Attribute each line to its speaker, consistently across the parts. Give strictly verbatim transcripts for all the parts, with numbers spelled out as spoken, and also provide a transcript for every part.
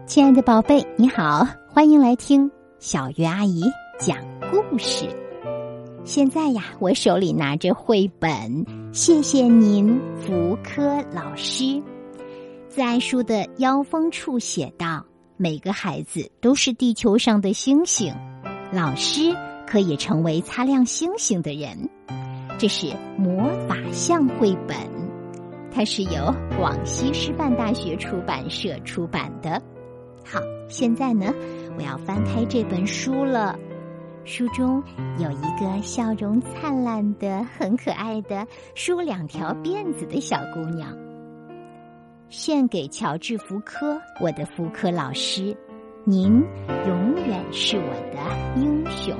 Speaker 1: 亲爱的宝贝，你好，欢迎来听小月阿姨讲故事。现在呀，我手里拿着绘本，谢谢您，福柯老师。在书的腰封处写道，每个孩子都是地球上的星星，老师可以成为擦亮星星的人。这是魔法象绘本，它是由广西师范大学出版社出版的。好，现在呢，我要翻开这本书了。书中有一个笑容灿烂的、很可爱的梳两条辫子的小姑娘。献给乔治·福柯，我的福柯老师，您永远是我的英雄。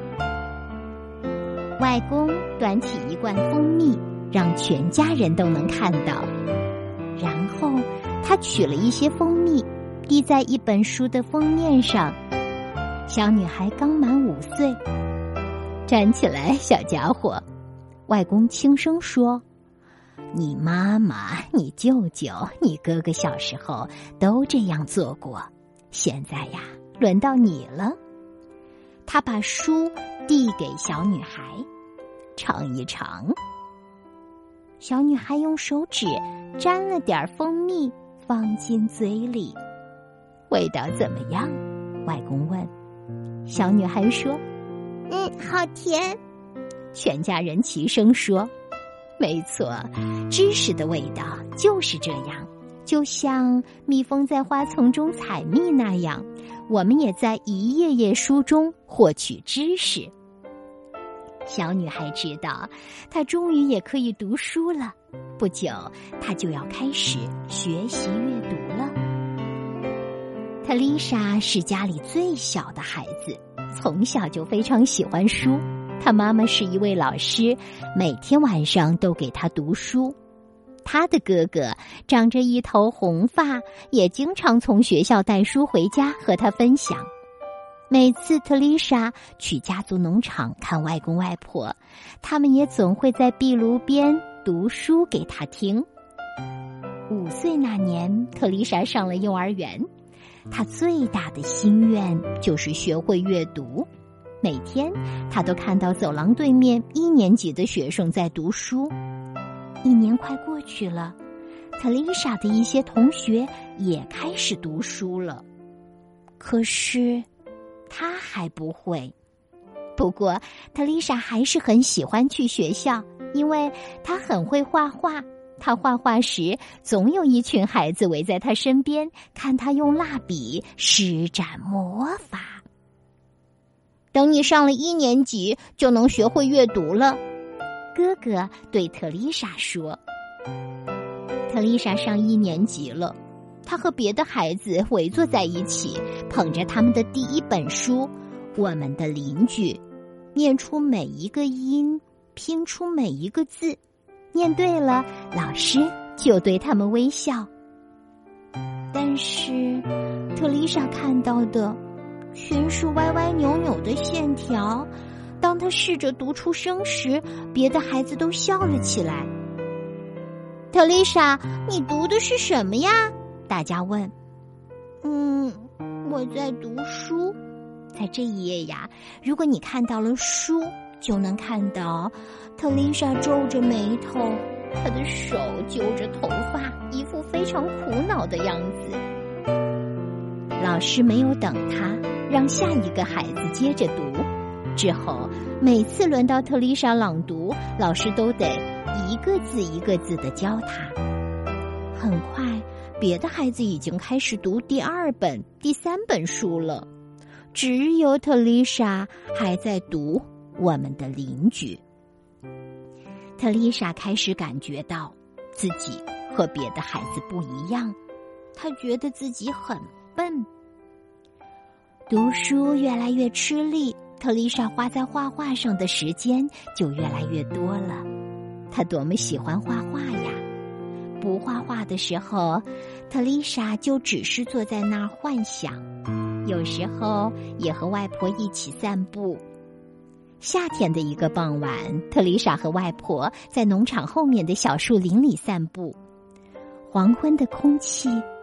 Speaker 1: 外公端起一罐蜂蜜，让全家人都能看到。然后他取了一些蜂蜜，滴在一本书的封面上。小女孩刚满五岁，站起来，小家伙。外公轻声说：“你妈妈、你舅舅、你哥哥小时候都这样做过，现在呀，轮到你了。”他把书递给小女孩，尝一尝。小女孩用手指沾了点蜂蜜，放进嘴里。味道怎么样？外公问。小女孩说：“嗯，好甜。”全家人齐声说：“没错，知识的味道就是这样，就像蜜蜂在花丛中采蜜那样，我们也在一页页书中获取知识。”小女孩知道，她终于也可以读书了。不久，她就要开始学习阅读了。特丽莎是家里最小的孩子，从小就非常喜欢书。她妈妈是一位老师，每天晚上都给她读书。她的哥哥长着一头红发，也经常从学校带书回家和她分享。每次特丽莎去家族农场看外公外婆，他们也总会在壁炉边读书给她听。五岁那年，特丽莎上了幼儿园。她最大的心愿就是学会阅读。每天，她都看到走廊对面一年级的学生在读书。一年快过去了，特丽莎的一些同学也开始读书了。可是，她还不会。不过，特丽莎还是很喜欢去学校，因为她很会画画。他画画时，总有一群孩子围在他身边，看他用蜡笔施展魔法。等你上了一年级，就能学会阅读了，哥哥对特丽莎说。特丽莎上一年级了，她和别的孩子围坐在一起，捧着他们的第一本书《我们的邻居》，念出每一个音，拼出每一个字。念对了，老师就对他们微笑。但是，特丽莎看到的全是歪歪扭扭的线条。当她试着读出声时，别的孩子都笑了起来。特丽莎，你读的是什么呀？大家问。嗯，我在读书。在这一页呀，如果你看到了书，就能看到特丽莎皱着眉头，她的手揪着头发，一副非常苦恼的样子。老师没有等她，让下一个孩子接着读。之后，每次轮到特丽莎朗读，老师都得一个字一个字地教她。很快，别的孩子已经开始读第二本、第三本书了，只有特丽莎还在读我们的邻居。特丽莎开始感觉到自己和别的孩子不一样，她觉得自己很笨。读书越来越吃力，特丽莎花在画画上的时间就越来越多了。她多么喜欢画画呀！不画画的时候，特丽莎就只是坐在那儿幻想，有时候也和外婆一起散步。夏天的一个傍晚，特丽莎和外婆在农场后面的小树林里散步。黄昏的空气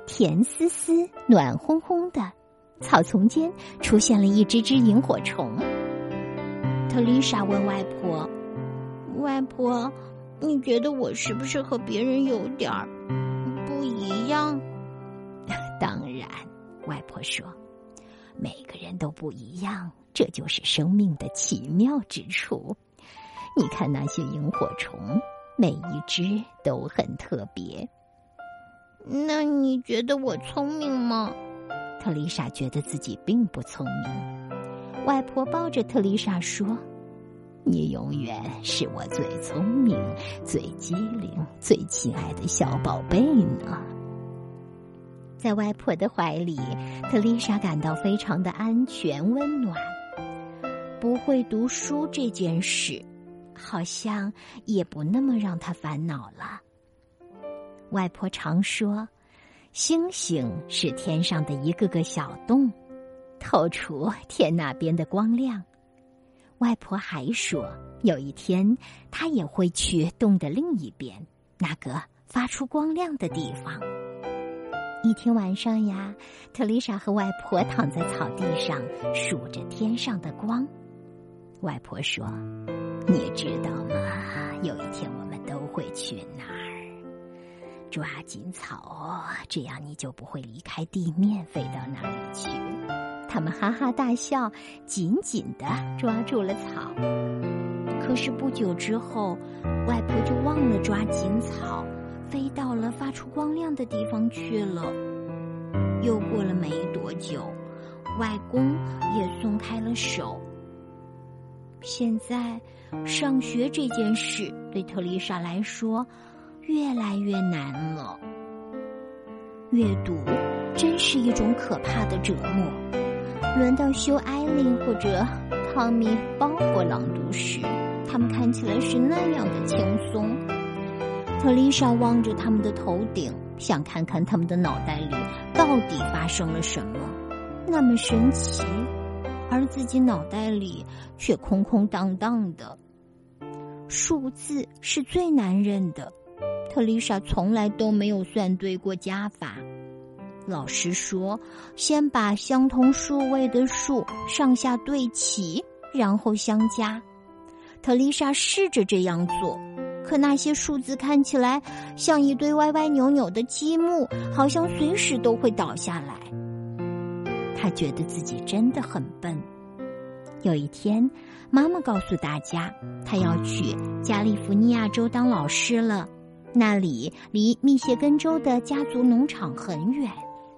Speaker 1: 甜丝丝、暖烘烘的，草丛间出现了一只只萤火虫。特丽莎问外婆：“外婆，你觉得我是不是和别人有点儿不一样？”当然，外婆说，每个人都不一样，这就是生命的奇妙之处。你看那些萤火虫，每一只都很特别。那你觉得我聪明吗？特丽莎觉得自己并不聪明。外婆抱着特丽莎说：“你永远是我最聪明、最机灵、最亲爱的小宝贝呢。”在外婆的怀里，特丽莎感到非常的安全温暖。不会读书这件事，好像也不那么让她烦恼了。外婆常说，星星是天上的一个个小洞，透出天那边的光亮。外婆还说，有一天她也会去洞的另一边，那个发出光亮的地方。一天晚上呀，特丽莎和外婆躺在草地上数着天上的光。外婆说：“你知道吗？有一天我们都会去那儿，抓紧草哦，这样你就不会离开地面飞到那里去。”他们哈哈大笑，紧紧地抓住了草。可是不久之后，外婆就忘了抓紧草，飞到了发出光亮的地方去了。又过了没多久，外公也松开了手。现在，上学这件事对特丽莎来说越来越难了。阅读真是一种可怕的折磨。轮到修艾琳或者汤米鲍勃朗读时，他们看起来是那样的轻松。特丽莎望着他们的头顶，想看看他们的脑袋里到底发生了什么，那么神奇，而自己脑袋里却空空荡荡的。数字是最难认的，特丽莎从来都没有算对过加法。老师说，先把相同数位的数上下对齐，然后相加。特丽莎试着这样做，可那些数字看起来像一堆歪歪扭扭的积木，好像随时都会倒下来。她觉得自己真的很笨。有一天，妈妈告诉大家，她要去加利福尼亚州当老师了，那里离密歇根州的家族农场很远。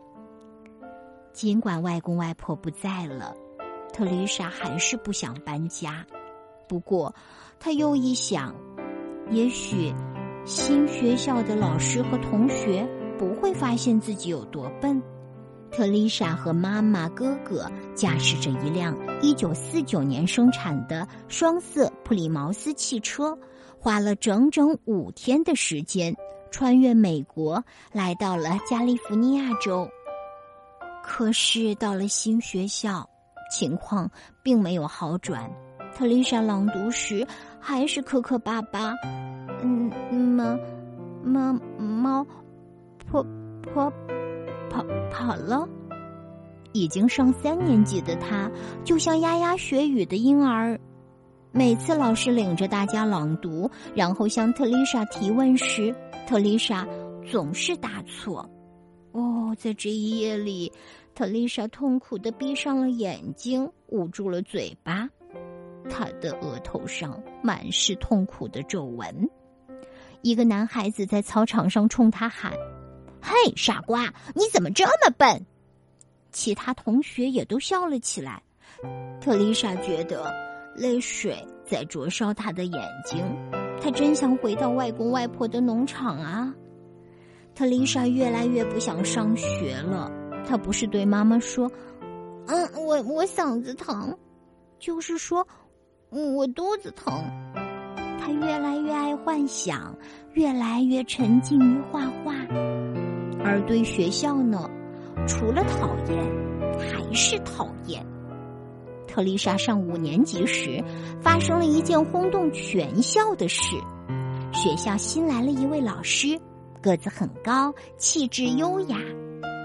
Speaker 1: 尽管外公外婆不在了，特丽莎还是不想搬家。不过，她又一想，也许新学校的老师和同学不会发现自己有多笨。特丽莎和妈妈、哥哥驾驶着一辆一九四九年生产的双色普利茅斯汽车，花了整整五天的时间，穿越美国，来到了加利福尼亚州。可是到了新学校，情况并没有好转。特丽莎朗读时还是磕磕巴巴，嗯，猫猫猫婆婆跑跑了。已经上三年级的她，就像牙牙学语的婴儿。每次老师领着大家朗读，然后向特丽莎提问时，特丽莎总是答错。哦，在这一夜里，特丽莎痛苦地闭上了眼睛，捂住了嘴巴。她的额头上满是痛苦的皱纹。一个男孩子在操场上冲她喊：“嘿，傻瓜，你怎么这么笨？”其他同学也都笑了起来。特丽莎觉得泪水在灼烧她的眼睛，她真想回到外公外婆的农场啊。特丽莎越来越不想上学了。她不是对妈妈说：“嗯，我我嗓子疼”，就是说：“嗯，我肚子疼。”她越来越爱幻想，越来越沉浸于画画。而对学校呢，除了讨厌，还是讨厌。特丽莎上五年级时，发生了一件轰动全校的事。学校新来了一位老师，个子很高，气质优雅。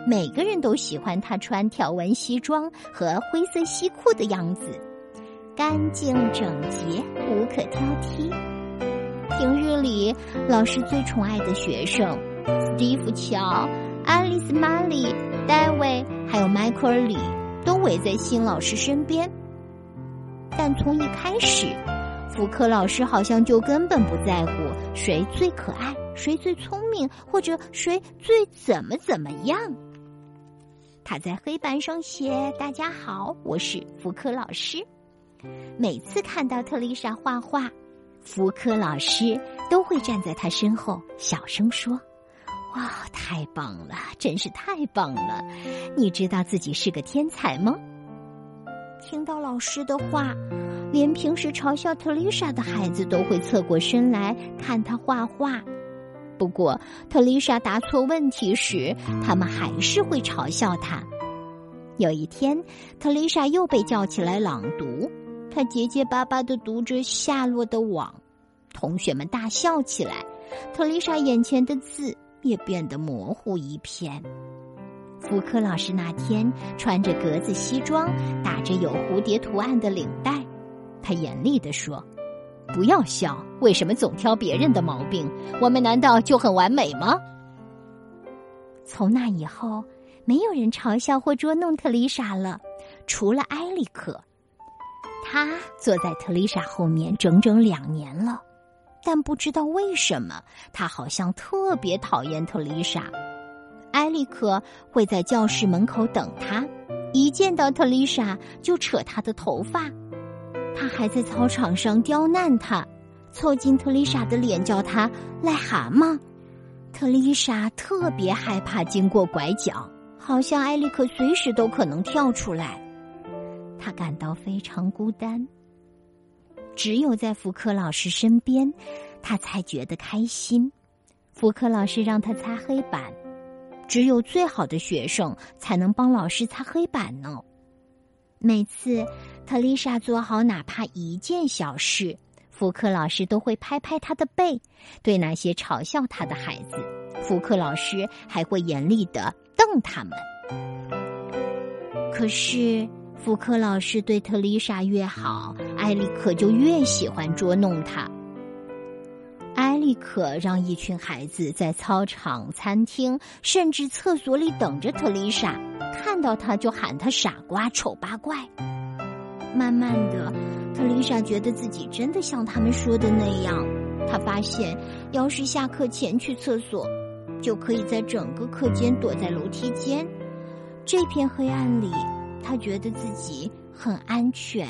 Speaker 1: 每个人都喜欢她穿条纹西装和灰色西裤的样子，干净整洁，无可挑剔。平日里，老师最宠爱的学生斯蒂夫·乔、爱丽丝·玛丽、戴维还有迈克尔·李都围在新老师身边。但从一开始，福克老师好像就根本不在乎谁最可爱，谁最聪明，或者谁最怎么怎么样。他在黑板上写：“大家好，我是福克老师。”每次看到特丽莎画画，福克老师都会站在她身后，小声说：“哇，太棒了，真是太棒了！你知道自己是个天才吗？”听到老师的话，连平时嘲笑特丽莎的孩子都会侧过身来看她画画。不过，特丽莎答错问题时，他们还是会嘲笑她。有一天，特丽莎又被叫起来朗读，她结结巴巴地读着下落的网，同学们大笑起来，特丽莎眼前的字也变得模糊一片。福克老师那天穿着格子西装，打着有蝴蝶图案的领带，他严厉地说：“不要笑，为什么总挑别人的毛病？我们难道就很完美吗？”从那以后，没有人嘲笑或捉弄特丽莎了，除了埃里克。他坐在特丽莎后面整整两年了，但不知道为什么，他好像特别讨厌特丽莎。埃里克会在教室门口等他，一见到特丽莎就扯她的头发。他还在操场上刁难她，凑近特丽莎的脸叫她癞蛤蟆。特丽莎特别害怕经过拐角，好像埃里克随时都可能跳出来。她感到非常孤单，只有在福克老师身边，她才觉得开心。福克老师让她擦黑板，只有最好的学生才能帮老师擦黑板呢。每次特丽莎做好哪怕一件小事，福克老师都会拍拍她的背。对那些嘲笑她的孩子，福克老师还会严厉地瞪他们。可是福克老师对特丽莎越好，埃里克就越喜欢捉弄她。埃里克让一群孩子在操场、餐厅甚至厕所里等着特丽莎，看到她就喊她傻瓜、丑八怪。慢慢的，特丽莎觉得自己真的像他们说的那样，她发现要是下课前去厕所，就可以在整个课间躲在楼梯间。这片黑暗里，她觉得自己很安全。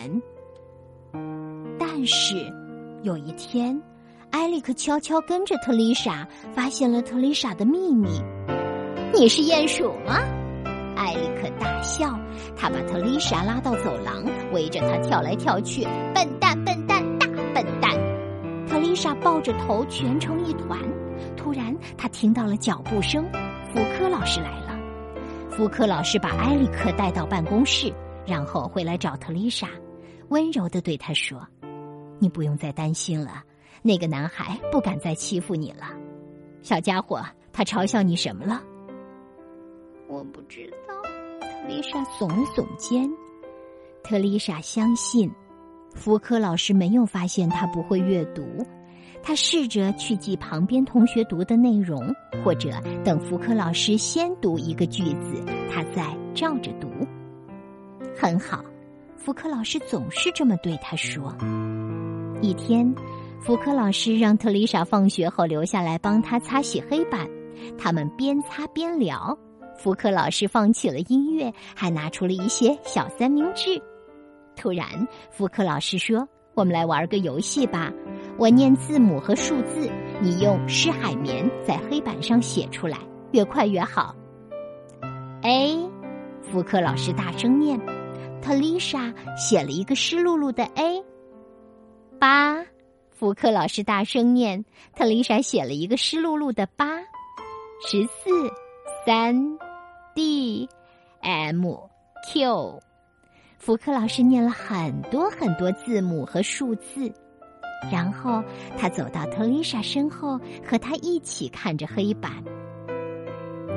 Speaker 1: 但是有一天，埃里克悄悄跟着特丽莎，发现了特丽莎的秘密。“你是鼹鼠吗？”埃里克大笑，他把特丽莎拉到走廊，围着她跳来跳去。“笨蛋，笨蛋，大笨蛋！”特丽莎抱着头蜷成一团。突然，她听到了脚步声，福克老师来了。福克老师把埃里克带到办公室，然后回来找特丽莎，温柔地对她说：“你不用再担心了。那个男孩不敢再欺负你了。小家伙，他嘲笑你什么了？”“我不知道。”特丽莎耸了耸肩。特丽莎相信福克老师没有发现她不会阅读，她试着去记旁边同学读的内容，或者等福克老师先读一个句子，她再照着读。很好，福克老师总是这么对她说。一天，福克老师让特丽莎放学后留下来帮他擦洗黑板，他们边擦边聊。福克老师放起了音乐，还拿出了一些小三明治。突然，福克老师说：“我们来玩个游戏吧，我念字母和数字，你用湿海绵在黑板上写出来，越快越好。” A， 福克老师大声念，特丽莎写了一个湿漉漉的 A。八，福克老师大声念，特丽莎写了一个湿漉漉的八。十四，三 D M Q， 福克老师念了很多很多字母和数字，然后他走到特丽莎身后，和她一起看着黑板。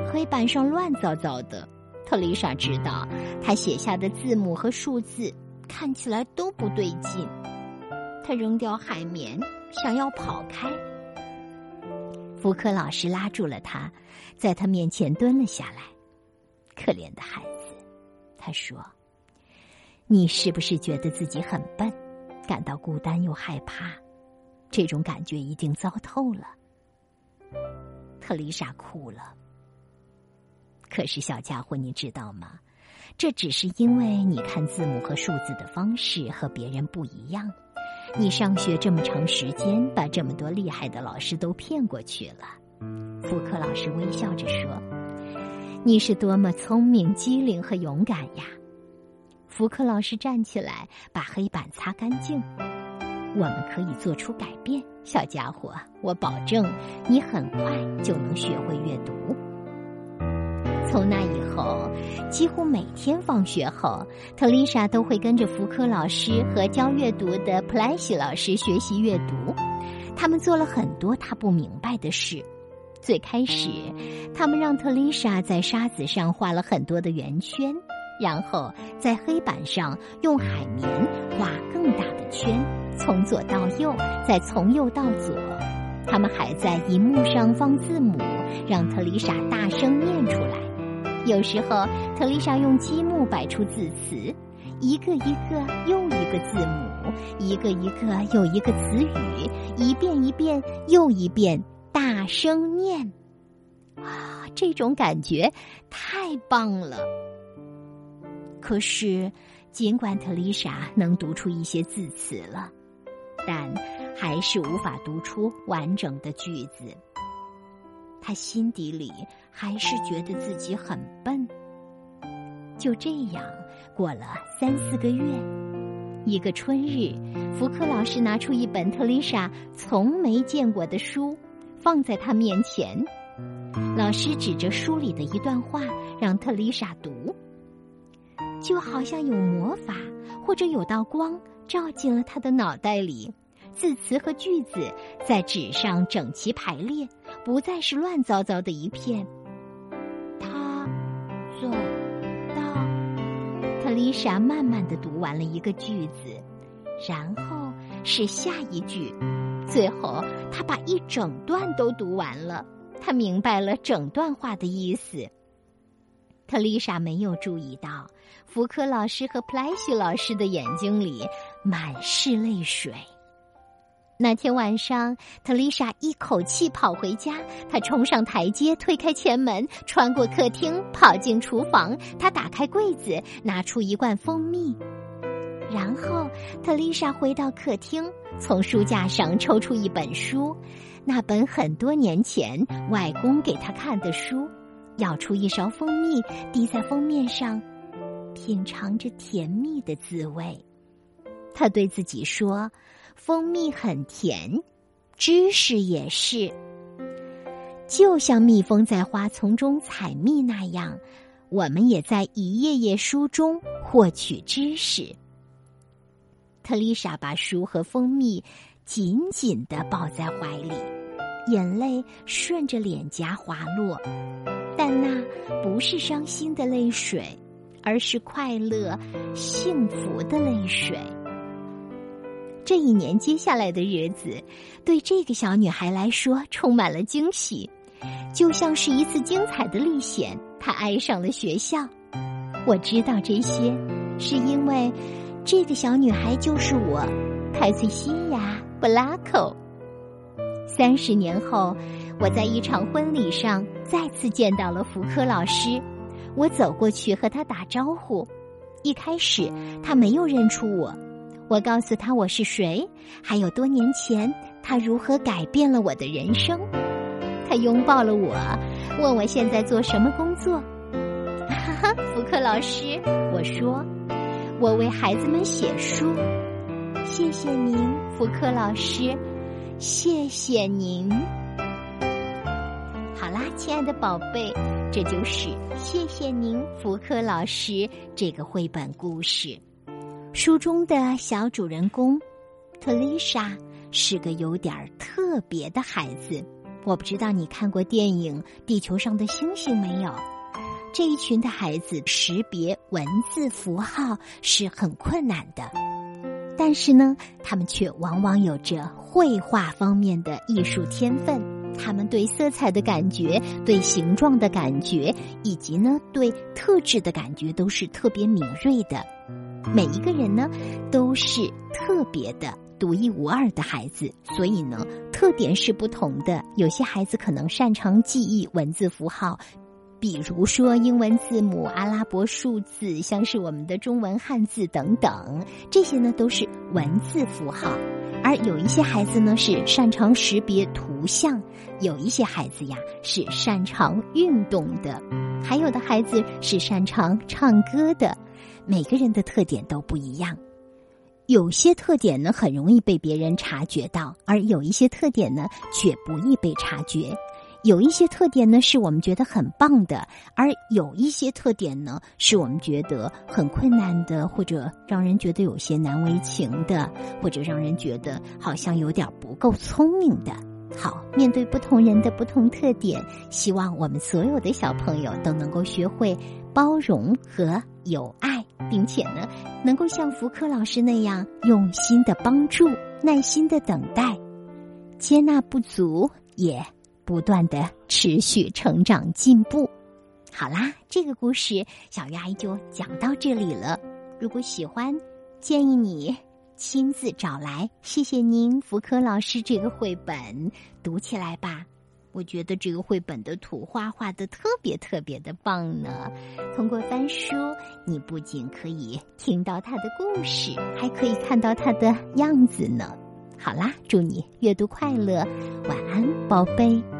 Speaker 1: 黑板上乱糟糟的。特丽莎知道，她写下的字母和数字看起来都不对劲。她扔掉海绵，想要跑开。福柯老师拉住了她，在她面前蹲了下来。可怜的孩子，他说，你是不是觉得自己很笨，感到孤单又害怕？这种感觉一定糟透了。特丽莎哭了。可是小家伙，你知道吗？这只是因为你看字母和数字的方式和别人不一样。你上学这么长时间，把这么多厉害的老师都骗过去了。福柯老师微笑着说，你是多么聪明、机灵和勇敢呀！福柯老师站起来，把黑板擦干净。我们可以做出改变，小家伙，我保证你很快就能学会阅读。从那以后，几乎每天放学后，特丽莎都会跟着福柯老师和教阅读的普莱西老师学习阅读。他们做了很多她不明白的事。最开始，他们让特丽莎在沙子上画了很多的圆圈，然后在黑板上用海绵画更大的圈，从左到右，再从右到左。他们还在荧幕上放字母，让特丽莎大声念出来。有时候，特丽莎用积木摆出字词，一个一个又一个字母，一个一个又一个词语，一遍一遍又一遍，大声念。啊，这种感觉太棒了！可是，尽管特丽莎能读出一些字词了，但还是无法读出完整的句子。她心底里还是觉得自己很笨。就这样过了三四个月，一个春日，福柯老师拿出一本特丽莎从没见过的书，放在她面前。老师指着书里的一段话，让特丽莎读，就好像有魔法，或者有道光照进了她的脑袋里。字词和句子在纸上整齐排列，不再是乱糟糟的一片。他走到……特丽莎慢慢地读完了一个句子，然后是下一句，最后她把一整段都读完了。她明白了整段话的意思。特丽莎没有注意到，福柯老师和普莱西老师的眼睛里满是泪水。那天晚上，特丽莎一口气跑回家，她冲上台阶，推开前门，穿过客厅，跑进厨房。她打开柜子，拿出一罐蜂蜜。然后，特丽莎回到客厅，从书架上抽出一本书，那本很多年前外公给她看的书，舀出一勺蜂蜜，滴在封面上，品尝着甜蜜的滋味。她对自己说，蜂蜜很甜，知识也是。就像蜜蜂在花丛中采蜜那样，我们也在一页页书中获取知识。特丽莎把书和蜂蜜紧紧地抱在怀里，眼泪顺着脸颊滑落，但那不是伤心的泪水，而是快乐、幸福的泪水。这一年接下来的日子，对这个小女孩来说充满了惊喜，就像是一次精彩的历险。她爱上了学校。我知道这些，是因为这个小女孩就是我，派翠西亚·布拉寇。三十年后，我在一场婚礼上再次见到了福柯老师。我走过去和他打招呼，一开始他没有认出我。我告诉他我是谁，还有多年前他如何改变了我的人生。他拥抱了我，问我现在做什么工作。哈哈，福柯老师，我说，我为孩子们写书。谢谢您，福柯老师，谢谢您。好啦，亲爱的宝贝，这就是谢谢您，福柯老师这个绘本故事。书中的小主人公特丽莎是个有点特别的孩子， 我不知道你看过电影《地球上的星星》没有？这一群的孩子识别文字符号是很困难的，但是呢，他们却往往有着绘画方面的艺术天分。他们对色彩的感觉，对形状的感觉，以及呢对特质的感觉都是特别敏锐的。每一个人呢都是特别的独一无二的孩子，所以呢特点是不同的。有些孩子可能擅长记忆文字符号，比如说英文字母、阿拉伯数字，像是我们的中文汉字等等，这些呢都是文字符号。而有一些孩子呢是擅长识别图像，有一些孩子呀是擅长运动的，还有的孩子是擅长唱歌的。每个人的特点都不一样，有些特点呢很容易被别人察觉到，而有一些特点呢却不易被察觉。有一些特点呢是我们觉得很棒的，而有一些特点呢是我们觉得很困难的，或者让人觉得有些难为情的，或者让人觉得好像有点不够聪明的。好，面对不同人的不同特点，希望我们所有的小朋友都能够学会包容和友爱，并且呢能够像福柯老师那样用心的帮助，耐心的等待，接纳不足，也不断的持续成长进步。好啦，这个故事小鱼阿姨就讲到这里了。如果喜欢，建议你亲自找来谢谢您福柯老师这个绘本读起来吧。我觉得这个绘本的图画画得特别特别的棒呢。通过翻书，你不仅可以听到它的故事，还可以看到它的样子呢。好啦，祝你阅读快乐，晚安，宝贝。